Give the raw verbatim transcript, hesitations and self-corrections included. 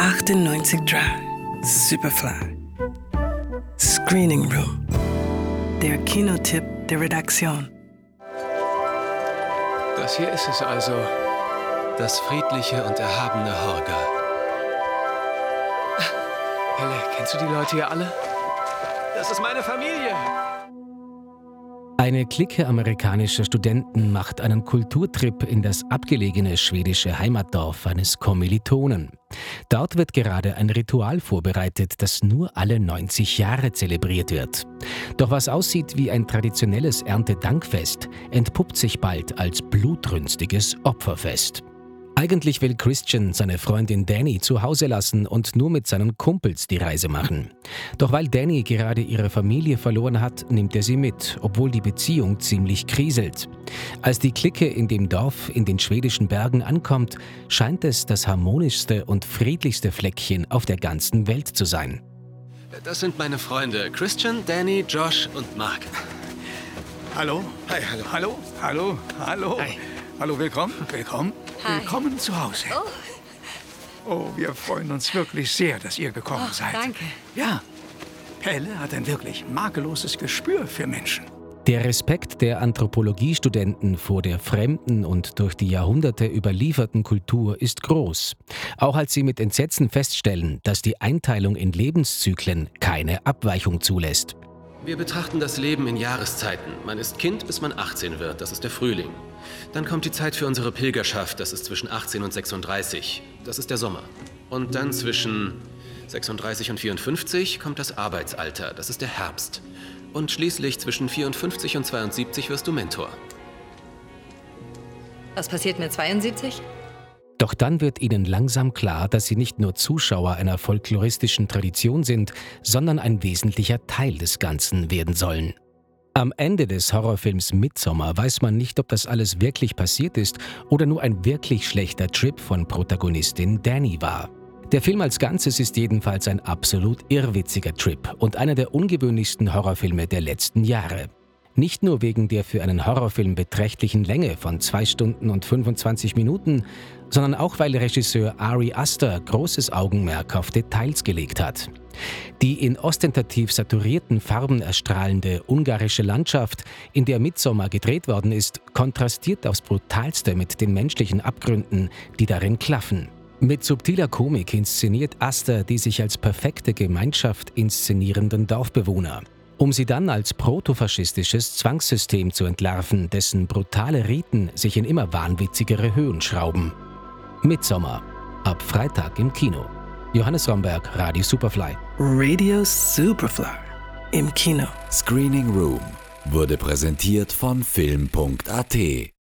achtundneunzig Komma drei Superfly. Screening Room. Der Kinotipp der Redaktion. Das hier ist es also. Das friedliche und erhabene Horga. Helle, kennst du die Leute hier alle? Das ist meine Familie. Eine Clique amerikanischer Studenten macht einen Kulturtrip in das abgelegene schwedische Heimatdorf eines Kommilitonen. Dort wird gerade ein Ritual vorbereitet, das nur alle neunzig Jahre zelebriert wird. Doch was aussieht wie ein traditionelles Erntedankfest, entpuppt sich bald als blutrünstiges Opferfest. Eigentlich will Christian seine Freundin Danny zu Hause lassen und nur mit seinen Kumpels die Reise machen. Doch weil Danny gerade ihre Familie verloren hat, nimmt er sie mit, obwohl die Beziehung ziemlich kriselt. Als die Clique in dem Dorf in den schwedischen Bergen ankommt, scheint es das harmonischste und friedlichste Fleckchen auf der ganzen Welt zu sein. Das sind meine Freunde Christian, Danny, Josh und Mark. Hallo? Hi, hallo. Hallo? Hallo? Hallo? Hi. Hallo, willkommen. Willkommen. Hi. Willkommen zu Hause. Oh. Oh, wir freuen uns wirklich sehr, dass ihr gekommen Oh, seid. danke. Ja, Helle hat ein wirklich makelloses Gespür für Menschen. Der Respekt der Anthropologiestudenten vor der fremden und durch die Jahrhunderte überlieferten Kultur ist groß. Auch als sie mit Entsetzen feststellen, dass die Einteilung in Lebenszyklen keine Abweichung zulässt. Wir betrachten das Leben in Jahreszeiten. Man ist Kind, bis man achtzehn wird. Das ist der Frühling. Dann kommt die Zeit für unsere Pilgerschaft. Das ist zwischen achtzehn und sechsunddreißig. Das ist der Sommer. Und dann zwischen sechsunddreißig und vierundfünfzig kommt das Arbeitsalter. Das ist der Herbst. Und schließlich zwischen vierundfünfzig und zweiundsiebzig wirst du Mentor. Was passiert mit zweiundsiebzig? Doch dann wird ihnen langsam klar, dass sie nicht nur Zuschauer einer folkloristischen Tradition sind, sondern ein wesentlicher Teil des Ganzen werden sollen. Am Ende des Horrorfilms Midsommar weiß man nicht, ob das alles wirklich passiert ist oder nur ein wirklich schlechter Trip von Protagonistin Danny war. Der Film als Ganzes ist jedenfalls ein absolut irrwitziger Trip und einer der ungewöhnlichsten Horrorfilme der letzten Jahre. Nicht nur wegen der für einen Horrorfilm beträchtlichen Länge von zwei Stunden und fünfundzwanzig Minuten, sondern auch weil Regisseur Ari Aster großes Augenmerk auf Details gelegt hat. Die in ostentativ saturierten Farben erstrahlende ungarische Landschaft, in der Midsommar gedreht worden ist, kontrastiert aufs Brutalste mit den menschlichen Abgründen, die darin klaffen. Mit subtiler Komik inszeniert Aster die sich als perfekte Gemeinschaft inszenierenden Dorfbewohner, um sie dann als protofaschistisches Zwangssystem zu entlarven, dessen brutale Riten sich in immer wahnwitzigere Höhen schrauben. Midsommar, ab Freitag im Kino. Johannes Romberg, Radio Superfly. Radio Superfly im Kino. Screening Room wurde präsentiert von Film punkt at.